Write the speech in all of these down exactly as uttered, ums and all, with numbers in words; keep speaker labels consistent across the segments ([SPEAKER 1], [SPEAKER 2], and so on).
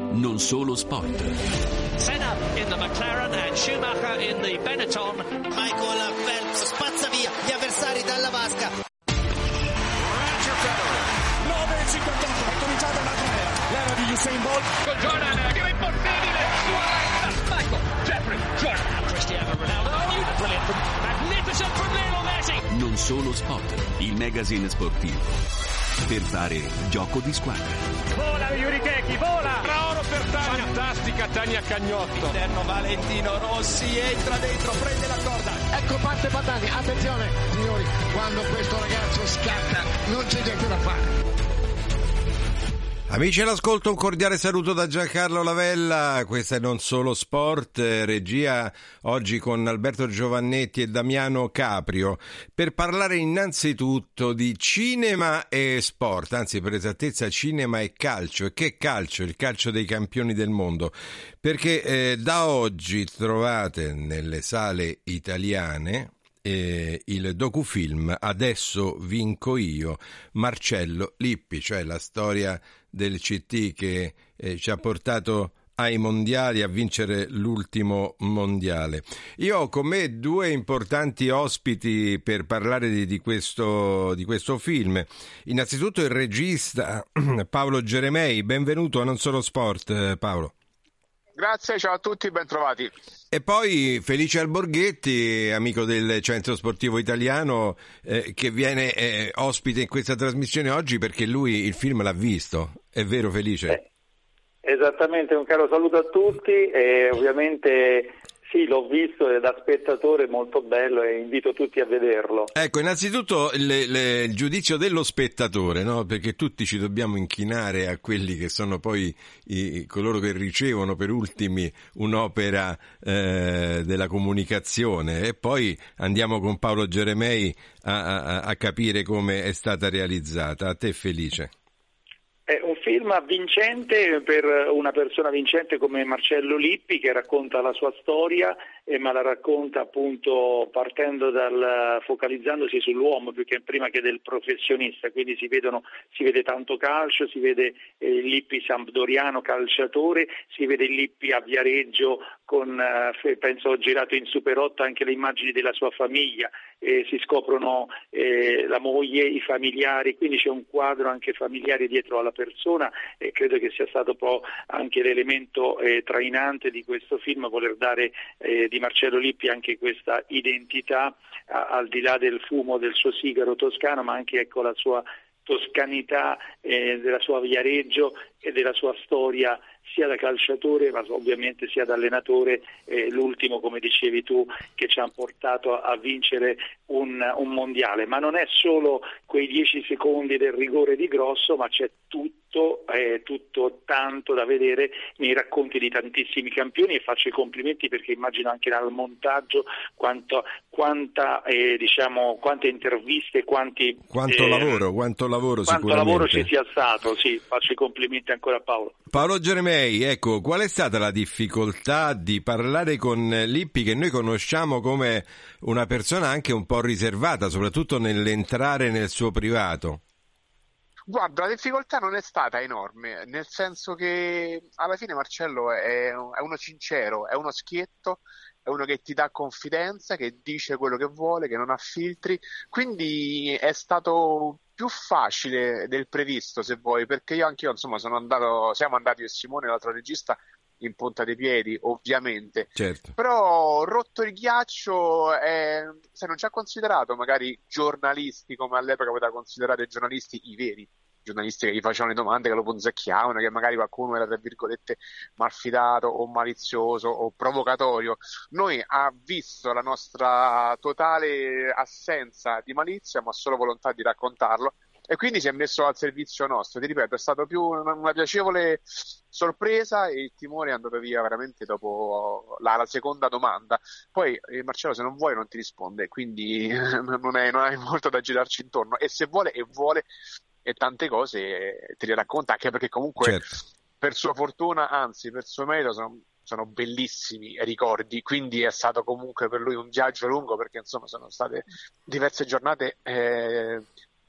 [SPEAKER 1] Non Solo Sport.
[SPEAKER 2] Senna in the McLaren and Schumacher in the Benetton.
[SPEAKER 3] Michael Phelps spazza via gli avversari dalla vasca.
[SPEAKER 4] Roger Federer, nove e cinquantotto, è cominciata un'altra era. L'era di Usain Bolt.
[SPEAKER 2] Con Jordan, che è impossibile. Michael, Jeffrey, Jordan, Cristiano Ronaldo. Brilliant from, magnificent from Lionel Messi.
[SPEAKER 1] Non Solo Sport, il magazine sportivo per fare gioco di squadra.
[SPEAKER 4] Vola Yuri Keki, vola! Oro per Tania, fantastica Tania Cagnotto.
[SPEAKER 3] Interno Valentino Rossi, entra dentro, prende la corda.
[SPEAKER 5] Ecco parte Patani, attenzione signori, quando questo ragazzo scatta non c'è niente da fare.
[SPEAKER 6] Amici all'ascolto, un cordiale saluto da Giancarlo Lavella, questa è Non Solo Sport, regia oggi con Alberto Giovannetti e Damiano Caprio, per parlare innanzitutto di cinema e sport, anzi per esattezza cinema e calcio. E che calcio? Il calcio dei campioni del mondo, perché eh, da oggi trovate nelle sale italiane Eh, il docufilm Adesso vinco io, Marcello Lippi, cioè la storia del C T che eh, ci ha portato ai mondiali, a vincere l'ultimo mondiale. Io ho con me due importanti ospiti per parlare di, di, questo, di questo film. Innanzitutto il regista Paolo Geremei, benvenuto a Non Solo Sport, Paolo.
[SPEAKER 7] Grazie, ciao a tutti, ben trovati.
[SPEAKER 6] E poi Felice Alborghetti, amico del Centro Sportivo Italiano, eh, che viene eh, ospite in questa trasmissione oggi perché lui il film l'ha visto. È vero, Felice?
[SPEAKER 7] Eh, esattamente, un caro saluto a tutti e ovviamente sì, l'ho visto e da spettatore molto bello e invito tutti a vederlo.
[SPEAKER 6] Ecco, innanzitutto le, le, il giudizio dello spettatore, no? Perché tutti ci dobbiamo inchinare a quelli che sono poi i, coloro che ricevono per ultimi un'opera eh, della comunicazione, e poi andiamo con Paolo Geremei a, a, a capire come è stata realizzata. A te, Felice.
[SPEAKER 7] È un film vincente per una persona vincente come Marcello Lippi, che racconta la sua storia, eh, ma la racconta appunto partendo dal focalizzandosi sull'uomo più che prima che del professionista, quindi si vedono si vede tanto calcio, si vede eh, Lippi sampdoriano calciatore, si vede Lippi a Viareggio con eh, penso girato in Super otto anche le immagini della sua famiglia, eh, si scoprono eh, la moglie, i familiari, quindi c'è un quadro anche familiare dietro alla persona, e credo che sia stato poi anche l'elemento eh, trainante di questo film, voler dare eh, di Marcello Lippi anche questa identità a, al di là del fumo del suo sigaro toscano, ma anche ecco la sua toscanità, eh, della sua Viareggio e della sua storia sia da calciatore ma ovviamente sia da allenatore, eh, l'ultimo come dicevi tu che ci ha portato a, a vincere un, un mondiale. Ma non è solo quei dieci secondi del rigore di Grosso, ma c'è tutto, eh, tutto tanto da vedere nei racconti di tantissimi campioni, e faccio i complimenti perché immagino anche dal montaggio quanto, quanta, eh, diciamo, quante interviste, quanti,
[SPEAKER 6] quanto
[SPEAKER 7] eh,
[SPEAKER 6] lavoro, quanto lavoro
[SPEAKER 7] quanto
[SPEAKER 6] sicuramente.
[SPEAKER 7] lavoro ci sia stato, sì, faccio i complimenti ancora a Paolo.
[SPEAKER 6] Paolo Geremei, ecco, qual è stata la difficoltà di parlare con Lippi, che noi conosciamo come una persona anche un po' riservata, soprattutto nell'entrare nel suo privato?
[SPEAKER 7] Guarda, la difficoltà non è stata enorme, nel senso che alla fine Marcello è, è uno sincero, è uno schietto, è uno che ti dà confidenza, che dice quello che vuole, che non ha filtri, quindi è stato più facile del previsto, se vuoi, perché io anch'io insomma sono andato, siamo andati io e Simone, l'altro regista, in punta dei piedi, ovviamente.
[SPEAKER 6] Certo.
[SPEAKER 7] Però rotto il ghiaccio, eh, se non ci ha considerato magari giornalisti come all'epoca poteva considerare giornalisti i veri giornalisti che gli facevano le domande, che lo punzecchiavano, che magari qualcuno era tra virgolette malfidato o malizioso o provocatorio. Noi ha visto la nostra totale assenza di malizia, ma solo volontà di raccontarlo, e quindi si è messo al servizio nostro. Ti ripeto, è stato più una, una piacevole sorpresa, e il timore è andato via veramente dopo la, la seconda domanda. Poi eh, Marcello, se non vuoi non ti risponde, quindi non, è, non hai molto da girarci intorno, e se vuole e vuole e tante cose te le racconta, anche perché comunque
[SPEAKER 6] certo.
[SPEAKER 7] Per sua fortuna, anzi per suo merito, sono, sono bellissimi ricordi, quindi è stato comunque per lui un viaggio lungo, perché insomma sono state diverse giornate eh,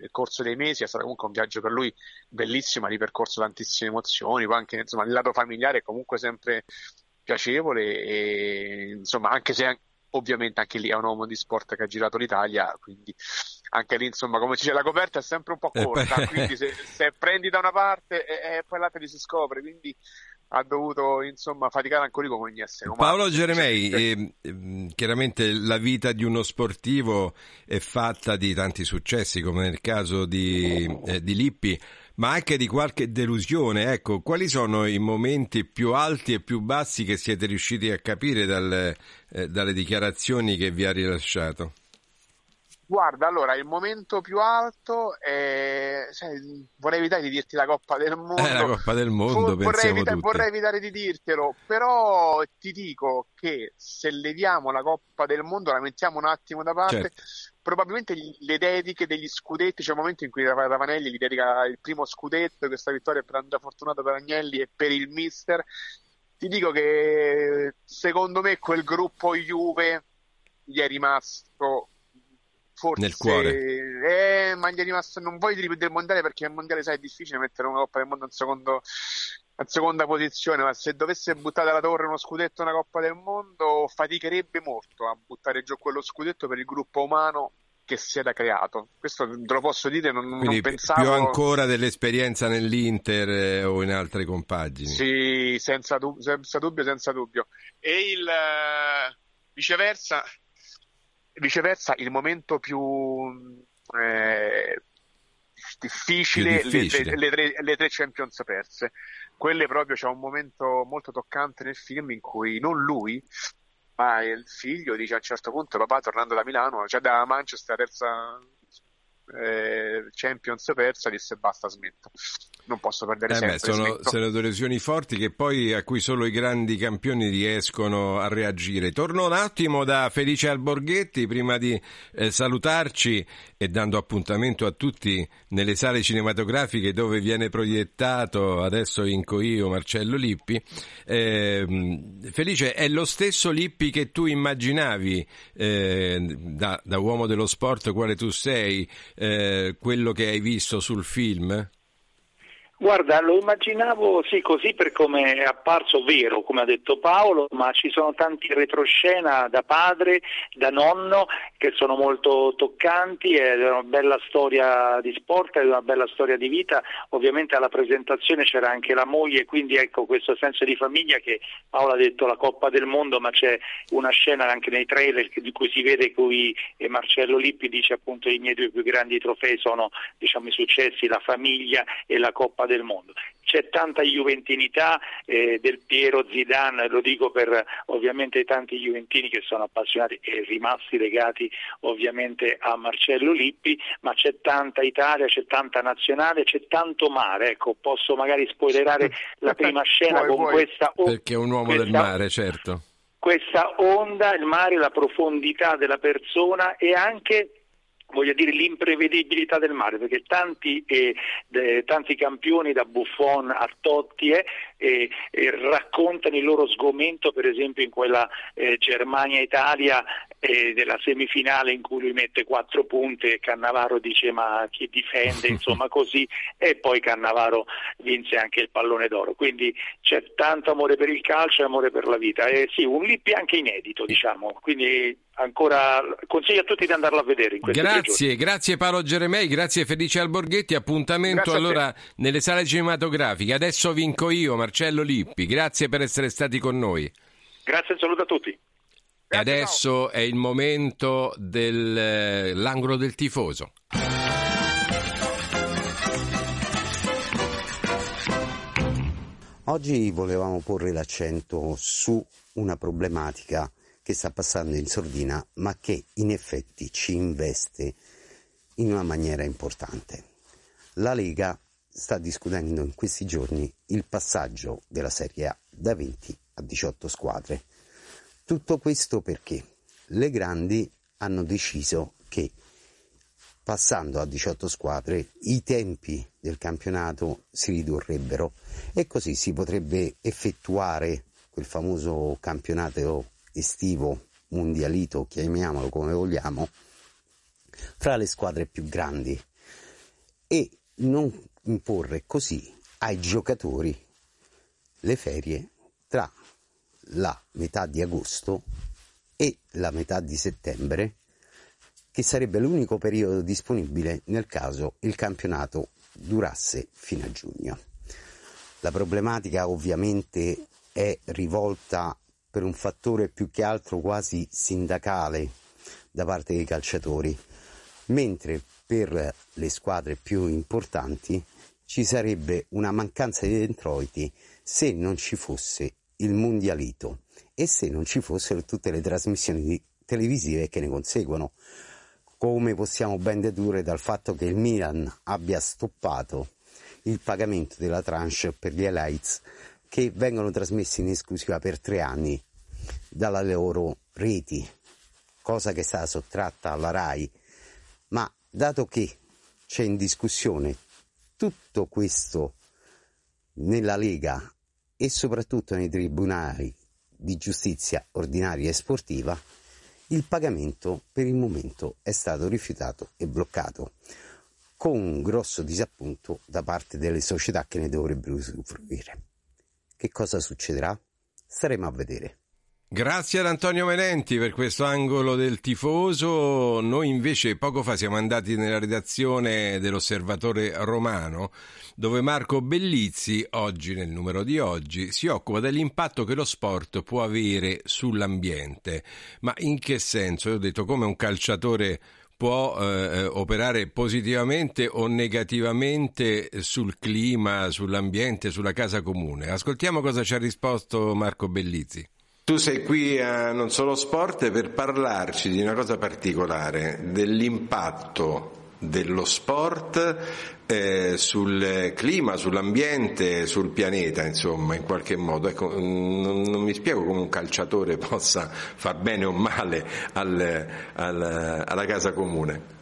[SPEAKER 8] nel corso dei mesi. È stato comunque un viaggio per lui bellissimo, ha ripercorso tantissime emozioni, poi anche insomma il lato familiare è comunque sempre piacevole, e insomma anche se ovviamente anche lì è un uomo di sport che ha girato l'Italia, quindi anche lì insomma come si dice la coperta è sempre un po' corta, quindi se, se prendi da una parte e, e poi l'altra ti si scopre, quindi ha dovuto insomma faticare ancora come ogni essere umano.
[SPEAKER 6] Paolo Geremei, eh, eh, chiaramente la vita di uno sportivo è fatta di tanti successi, come nel caso di, eh, di Lippi, ma anche di qualche delusione. Ecco, quali sono i momenti più alti e più bassi che siete riusciti a capire dalle, eh, dalle dichiarazioni che vi ha rilasciato?
[SPEAKER 8] Guarda, allora, il momento più alto è... Sai, vorrei evitare di dirti la Coppa del Mondo.
[SPEAKER 6] Eh, la Coppa del Mondo,
[SPEAKER 8] vorrei,
[SPEAKER 6] pensiamo
[SPEAKER 8] evita-
[SPEAKER 6] tutti.
[SPEAKER 8] vorrei evitare di dirtelo, però ti dico che se leviamo la Coppa del Mondo, la mettiamo un attimo da parte, certo. Probabilmente le dediche degli scudetti, c'è un momento in cui Ravanelli gli dedica il primo scudetto, questa vittoria per Andrea Fortunato, per Agnelli e per il mister. Ti dico che secondo me quel gruppo Juve gli è rimasto... Forse,
[SPEAKER 6] nel cuore,
[SPEAKER 8] eh, ma gli è rimasto, non voglio dire del mondiale, perché il mondiale sai è difficile mettere una Coppa del Mondo in secondo, in seconda posizione, ma se dovesse buttare dalla torre uno scudetto e una Coppa del Mondo faticherebbe molto a buttare giù quello scudetto per il gruppo umano che si era creato. Questo te lo posso dire, non, non pensavo.
[SPEAKER 6] Più ancora dell'esperienza nell'Inter eh, o in altre compagini.
[SPEAKER 8] Sì, senza, dub- senza dubbio, senza dubbio. E il uh, viceversa Viceversa, il momento più eh, difficile,
[SPEAKER 6] più difficile.
[SPEAKER 8] Le, le, le, tre, le tre Champions perse. Quelle proprio, c'è un momento molto toccante nel film in cui non lui, ma il figlio dice a un certo punto: papà, tornando da Milano, cioè da Manchester, terza eh, Champions persa, disse basta, smetto. Non posso perdere
[SPEAKER 6] eh
[SPEAKER 8] sempre.
[SPEAKER 6] Beh, sono, sono delusioni forti che poi a cui solo i grandi campioni riescono a reagire. Torno un attimo da Felice Alborghetti prima di eh, salutarci e dando appuntamento a tutti nelle sale cinematografiche dove viene proiettato Adesso vinco io, Marcello Lippi. Eh, Felice, è lo stesso Lippi che tu immaginavi eh, da, da uomo dello sport quale tu sei, eh, quello che hai visto sul film?
[SPEAKER 7] Guarda, lo immaginavo sì così per come è apparso, vero, come ha detto Paolo, ma ci sono tanti retroscena da padre, da nonno, che sono molto toccanti, è una bella storia di sport, è una bella storia di vita. Ovviamente alla presentazione c'era anche la moglie, quindi ecco questo senso di famiglia che Paolo ha detto la Coppa del Mondo, ma c'è una scena anche nei trailer di cui si vede cui Marcello Lippi dice appunto i miei due più grandi trofei sono, diciamo, i successi, la famiglia e la Coppa del Mondo. C'è tanta juventinità eh, del Piero Zidane, lo dico per ovviamente i tanti juventini che sono appassionati e rimasti legati ovviamente a Marcello Lippi, ma c'è tanta Italia, c'è tanta nazionale, c'è tanto mare. Ecco, posso magari spoilerare la prima scena
[SPEAKER 8] vuoi,
[SPEAKER 7] con
[SPEAKER 8] vuoi.
[SPEAKER 7] questa o-
[SPEAKER 6] perché è un uomo
[SPEAKER 7] questa,
[SPEAKER 6] del mare, certo.
[SPEAKER 7] Questa onda, il mare, la profondità della persona e anche, voglio dire, l'imprevedibilità del mare, perché tanti, eh, de, tanti campioni da Buffon a Totti eh, eh, eh, raccontano il loro sgomento, per esempio in quella eh, Germania-Italia eh, della semifinale in cui lui mette quattro punte e Cannavaro dice ma chi difende, insomma così, e poi Cannavaro vinse anche il pallone d'oro. Quindi c'è tanto amore per il calcio e amore per la vita. Eh, sì, un Lippi anche inedito, diciamo, quindi ancora consiglio a tutti di andarlo a vedere in questi
[SPEAKER 6] Grazie, grazie Paolo Geremei, grazie Felice Alborghetti, appuntamento allora nelle sale cinematografiche. Adesso vinco io, Marcello Lippi, grazie per essere stati con noi.
[SPEAKER 7] Grazie e saluto a tutti.
[SPEAKER 6] E adesso è il momento dell'angolo del tifoso.
[SPEAKER 9] Oggi volevamo porre l'accento su una problematica che sta passando in sordina, ma che in effetti ci investe in una maniera importante. La Lega sta discutendo in questi giorni il passaggio della Serie A da venti a diciotto squadre. Tutto questo perché le grandi hanno deciso che passando a diciotto squadre i tempi del campionato si ridurrebbero e così si potrebbe effettuare quel famoso campionato estivo, mondialito, chiamiamolo come vogliamo, fra le squadre più grandi. e non imporre così ai giocatori le ferie tra la metà di agosto e la metà di settembre, che sarebbe l'unico periodo disponibile nel caso il campionato durasse fino a giugno. La problematica ovviamente è rivolta per un fattore più che altro quasi sindacale da parte dei calciatori, mentre per le squadre più importanti ci sarebbe una mancanza di introiti se non ci fosse il mondialito e se non ci fossero tutte le trasmissioni televisive che ne conseguono, come possiamo ben dedurre dal fatto che il Milan abbia stoppato il pagamento della tranche per gli highlights che vengono trasmessi in esclusiva per tre anni dalle loro reti, cosa che è stata sottratta alla RAI. Ma dato che c'è in discussione tutto questo nella Lega e soprattutto nei tribunali di giustizia ordinaria e sportiva, il pagamento per il momento è stato rifiutato e bloccato, con un grosso disappunto da parte delle società che ne dovrebbero usufruire. Che cosa succederà? Staremo a vedere.
[SPEAKER 6] Grazie ad Antonio Menenti per questo angolo del tifoso. Noi invece poco fa siamo andati nella redazione dell'Osservatore Romano, dove Marco Bellizzi, oggi nel numero di oggi, si occupa dell'impatto che lo sport può avere sull'ambiente. Ma in che senso? Io ho detto, come un calciatore può eh, operare positivamente o negativamente sul clima, sull'ambiente, sulla casa comune. Ascoltiamo cosa ci ha risposto Marco Bellizzi. Tu sei qui a Non Solo Sport per parlarci di una cosa particolare, dell'impatto dello sport eh, sul clima, sull'ambiente, sul pianeta, insomma, in qualche modo. Ecco, non, non mi spiego come un calciatore possa far bene o male al, al, alla casa comune.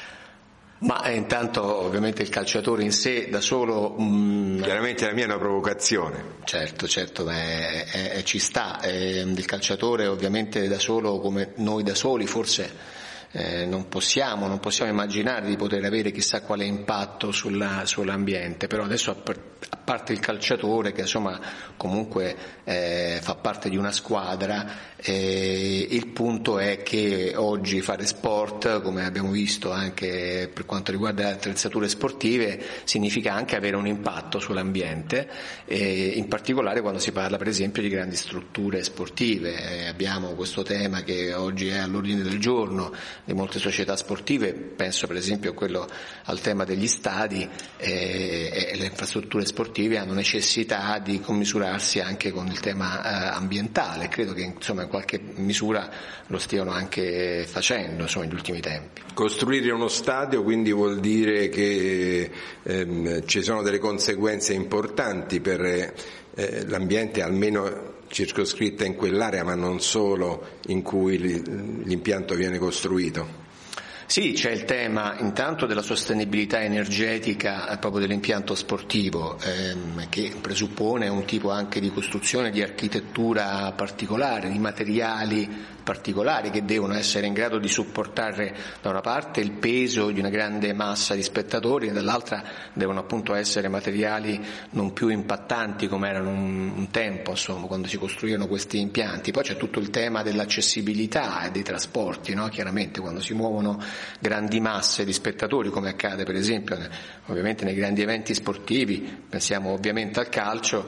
[SPEAKER 10] Ma eh, intanto ovviamente il calciatore in sé da solo mh,
[SPEAKER 6] chiaramente la mia è una provocazione.
[SPEAKER 10] Certo, certo, è, è, è, ci sta. Eh, il calciatore ovviamente da solo, come noi da soli, forse eh, non possiamo non possiamo immaginare di poter avere chissà quale impatto sulla, sull'ambiente, però adesso a, per, a parte il calciatore che insomma comunque eh, fa parte di una squadra, eh, il punto è che oggi fare sport, come abbiamo visto anche per quanto riguarda le attrezzature sportive, significa anche avere un impatto sull'ambiente, eh, in particolare quando si parla per esempio di grandi strutture sportive. Eh, abbiamo questo tema che oggi è all'ordine del giorno di molte società sportive, penso per esempio a quello, al tema degli stadi, eh, e le infrastrutture sportive hanno necessità di commisurarsi anche con il tema eh, ambientale. Credo che insomma in qualche misura lo stiano anche facendo insomma negli ultimi tempi.
[SPEAKER 6] Costruire uno stadio quindi vuol dire che ehm, ci sono delle conseguenze importanti per eh, l'ambiente, almeno circoscritta in quell'area, ma non solo, in cui l'impianto viene costruito.
[SPEAKER 10] Sì, c'è il tema intanto della sostenibilità energetica proprio dell'impianto sportivo, ehm, che presuppone un tipo anche di costruzione, di architettura particolare, di materiali particolari che devono essere in grado di supportare da una parte il peso di una grande massa di spettatori e dall'altra devono appunto essere materiali non più impattanti come erano un, un tempo, insomma, quando si costruivano questi impianti. Poi c'è tutto il tema dell'accessibilità e dei trasporti, no? Chiaramente quando si muovono grandi masse di spettatori, come accade per esempio ovviamente nei grandi eventi sportivi, pensiamo ovviamente al calcio,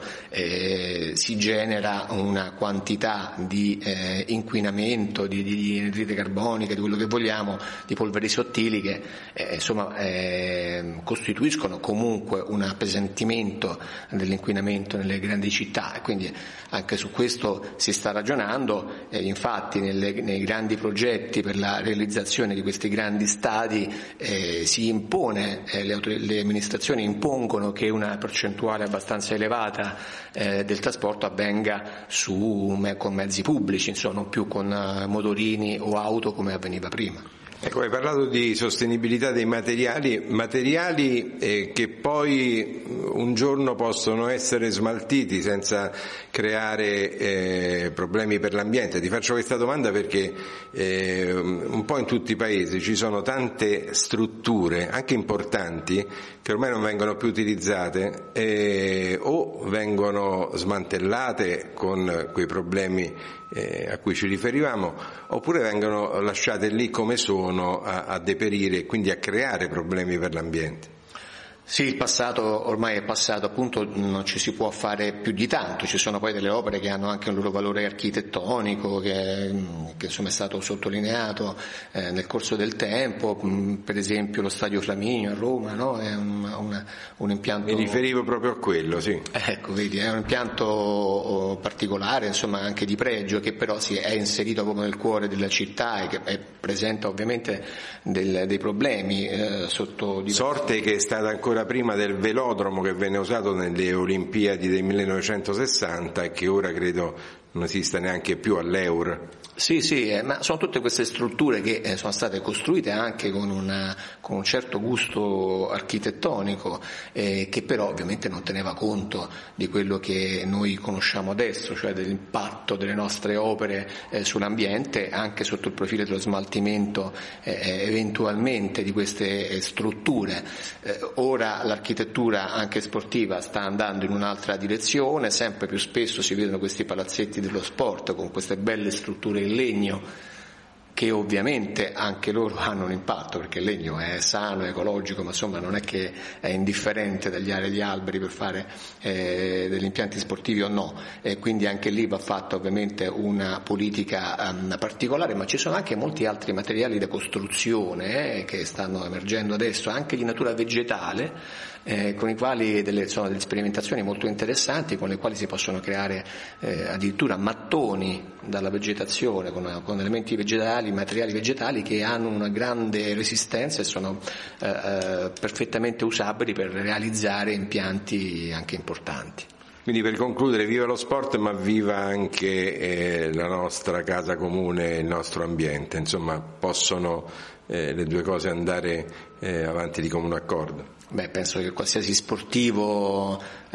[SPEAKER 10] eh, si genera una quantità di eh, inquinamento, di, di anidride carbonica, di quello che vogliamo, di polveri sottili che eh, insomma eh, costituiscono comunque un appesantimento dell'inquinamento nelle grandi città, e quindi anche su questo si sta ragionando. Eh, infatti nelle, nei grandi progetti per la realizzazione di questi grandi stadi eh, si impone, eh, le, le amministrazioni impongono che una percentuale abbastanza elevata eh, del trasporto avvenga su, me, con mezzi pubblici, insomma non più con motorini o auto come avveniva prima.
[SPEAKER 6] Ecco, hai parlato di sostenibilità dei materiali, materiali eh, che poi un giorno possono essere smaltiti senza creare eh, problemi per l'ambiente. Ti faccio questa domanda perché eh, un po' in tutti i paesi ci sono tante strutture, anche importanti, che ormai non vengono più utilizzate eh, o vengono smantellate con quei problemi eh, a cui ci riferivamo, oppure vengono lasciate lì come sono a, a deperire e quindi a creare problemi per l'ambiente.
[SPEAKER 10] Sì, il passato ormai è passato, appunto non ci si può fare più di tanto, ci sono poi delle opere che hanno anche un loro valore architettonico che, che insomma è stato sottolineato eh, nel corso del tempo, per esempio lo Stadio Flaminio a Roma, no? È un, un, un impianto...
[SPEAKER 6] Mi riferivo proprio a quello, sì.
[SPEAKER 10] Ecco, vedi, è un impianto particolare, insomma anche di pregio, che però si è inserito proprio nel cuore della città e che è, presenta ovviamente del, dei problemi eh, sotto... Diversi...
[SPEAKER 6] Sorte che è stata ancora prima del velodromo che venne usato nelle Olimpiadi del millenovecentosessanta e che ora credo non esista neanche più all'Eur.
[SPEAKER 10] Sì, sì, eh, ma sono tutte queste strutture che eh, sono state costruite anche con, una, con un certo gusto architettonico, eh, che però ovviamente non teneva conto di quello che noi conosciamo adesso, cioè dell'impatto delle nostre opere eh, sull'ambiente, anche sotto il profilo dello smaltimento eh, eventualmente di queste eh, strutture. Eh, ora l'architettura anche sportiva sta andando in un'altra direzione, sempre più spesso si vedono questi palazzetti dello sport con queste belle strutture in legno che ovviamente anche loro hanno un impatto, perché il legno è sano, è ecologico, ma insomma non è che è indifferente tagliare gli alberi per fare eh, degli impianti sportivi o no, e quindi anche lì va fatta ovviamente una politica um, particolare, ma ci sono anche molti altri materiali da costruzione eh, che stanno emergendo adesso, anche di natura vegetale, Eh, con i quali delle, sono delle sperimentazioni molto interessanti, con le quali si possono creare eh, addirittura mattoni dalla vegetazione, con, con elementi vegetali, materiali vegetali che hanno una grande resistenza e sono eh, eh, perfettamente usabili per realizzare impianti anche importanti.
[SPEAKER 6] Quindi per concludere, viva lo sport ma viva anche eh, la nostra casa comune, il nostro ambiente, insomma possono eh, le due cose andare eh, avanti di comune accordo.
[SPEAKER 10] Beh, penso che qualsiasi sportivo eh,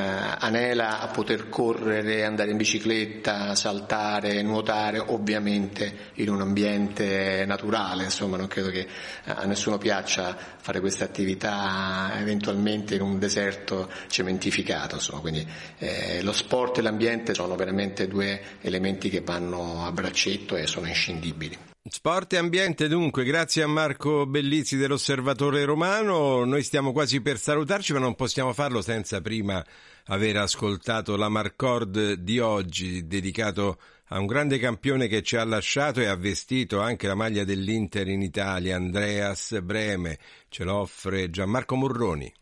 [SPEAKER 10] anela a poter correre, andare in bicicletta, saltare, nuotare, ovviamente in un ambiente naturale, insomma non credo che a nessuno piaccia fare queste attività eventualmente in un deserto cementificato, insomma, quindi eh, lo sport e l'ambiente sono veramente due elementi che vanno a braccetto e sono inscindibili.
[SPEAKER 6] Sport e ambiente dunque, grazie a Marco Bellizzi dell'Osservatore Romano. Noi stiamo quasi per salutarci, ma non possiamo farlo senza prima aver ascoltato l'Amarcord di oggi, dedicato a un grande campione che ci ha lasciato e ha vestito anche la maglia dell'Inter in Italia, Andreas Brehme. Ce lo offre Gianmarco Murroni.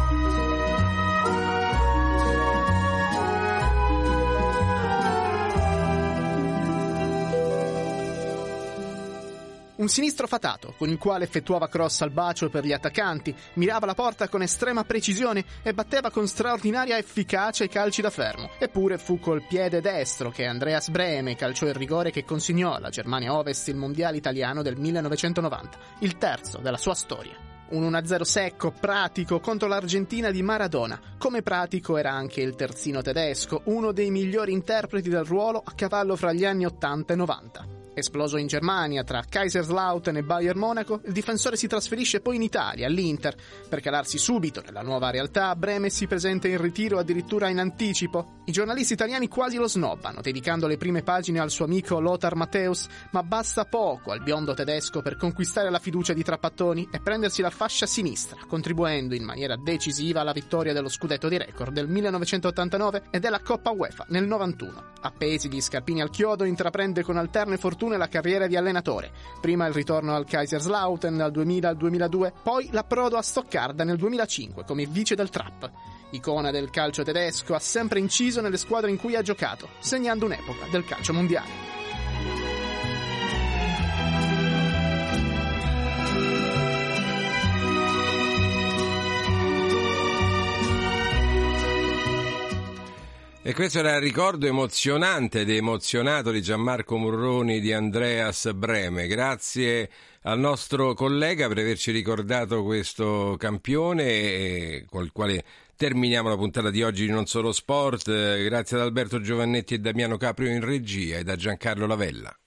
[SPEAKER 11] Un sinistro fatato, con il quale effettuava cross al bacio per gli attaccanti, mirava la porta con estrema precisione e batteva con straordinaria efficacia i calci da fermo. Eppure fu col piede destro che Andreas Brehme calciò il rigore che consegnò alla Germania Ovest il mondiale italiano del millenovecentonovanta, il terzo della sua storia. Un uno a zero secco, pratico, contro l'Argentina di Maradona. Come pratico era anche il terzino tedesco, uno dei migliori interpreti del ruolo a cavallo fra gli anni ottanta e novanta. Esploso in Germania tra Kaiserslautern e Bayern Monaco, il difensore si trasferisce poi in Italia, all'Inter. Per calarsi subito nella nuova realtà, Brehme si presenta in ritiro addirittura in anticipo. I giornalisti italiani quasi lo snobbano, dedicando le prime pagine al suo amico Lothar Matthäus, ma basta poco al biondo tedesco per conquistare la fiducia di Trapattoni e prendersi la fascia sinistra, contribuendo in maniera decisiva alla vittoria dello scudetto di record del millenovecentottantanove e della Coppa UEFA nel novantuno. Appesi gli scarpini al chiodo, intraprende con alterne fortune la carriera di allenatore. Prima il ritorno al Kaiserslautern dal duemila al duemiladue, poi l'approdo a Stoccarda nel duemilacinque come vice del Trapp. Icona del calcio tedesco, ha sempre inciso nelle squadre in cui ha giocato, segnando un'epoca del calcio mondiale.
[SPEAKER 6] E questo era il ricordo emozionante ed emozionato di Gianmarco Murroni di Andreas Brehme. Grazie al nostro collega per averci ricordato questo campione con il quale terminiamo la puntata di oggi di Non Solo Sport. Grazie ad Alberto Giovannetti e Damiano Caprio in regia e da Giancarlo Lavella.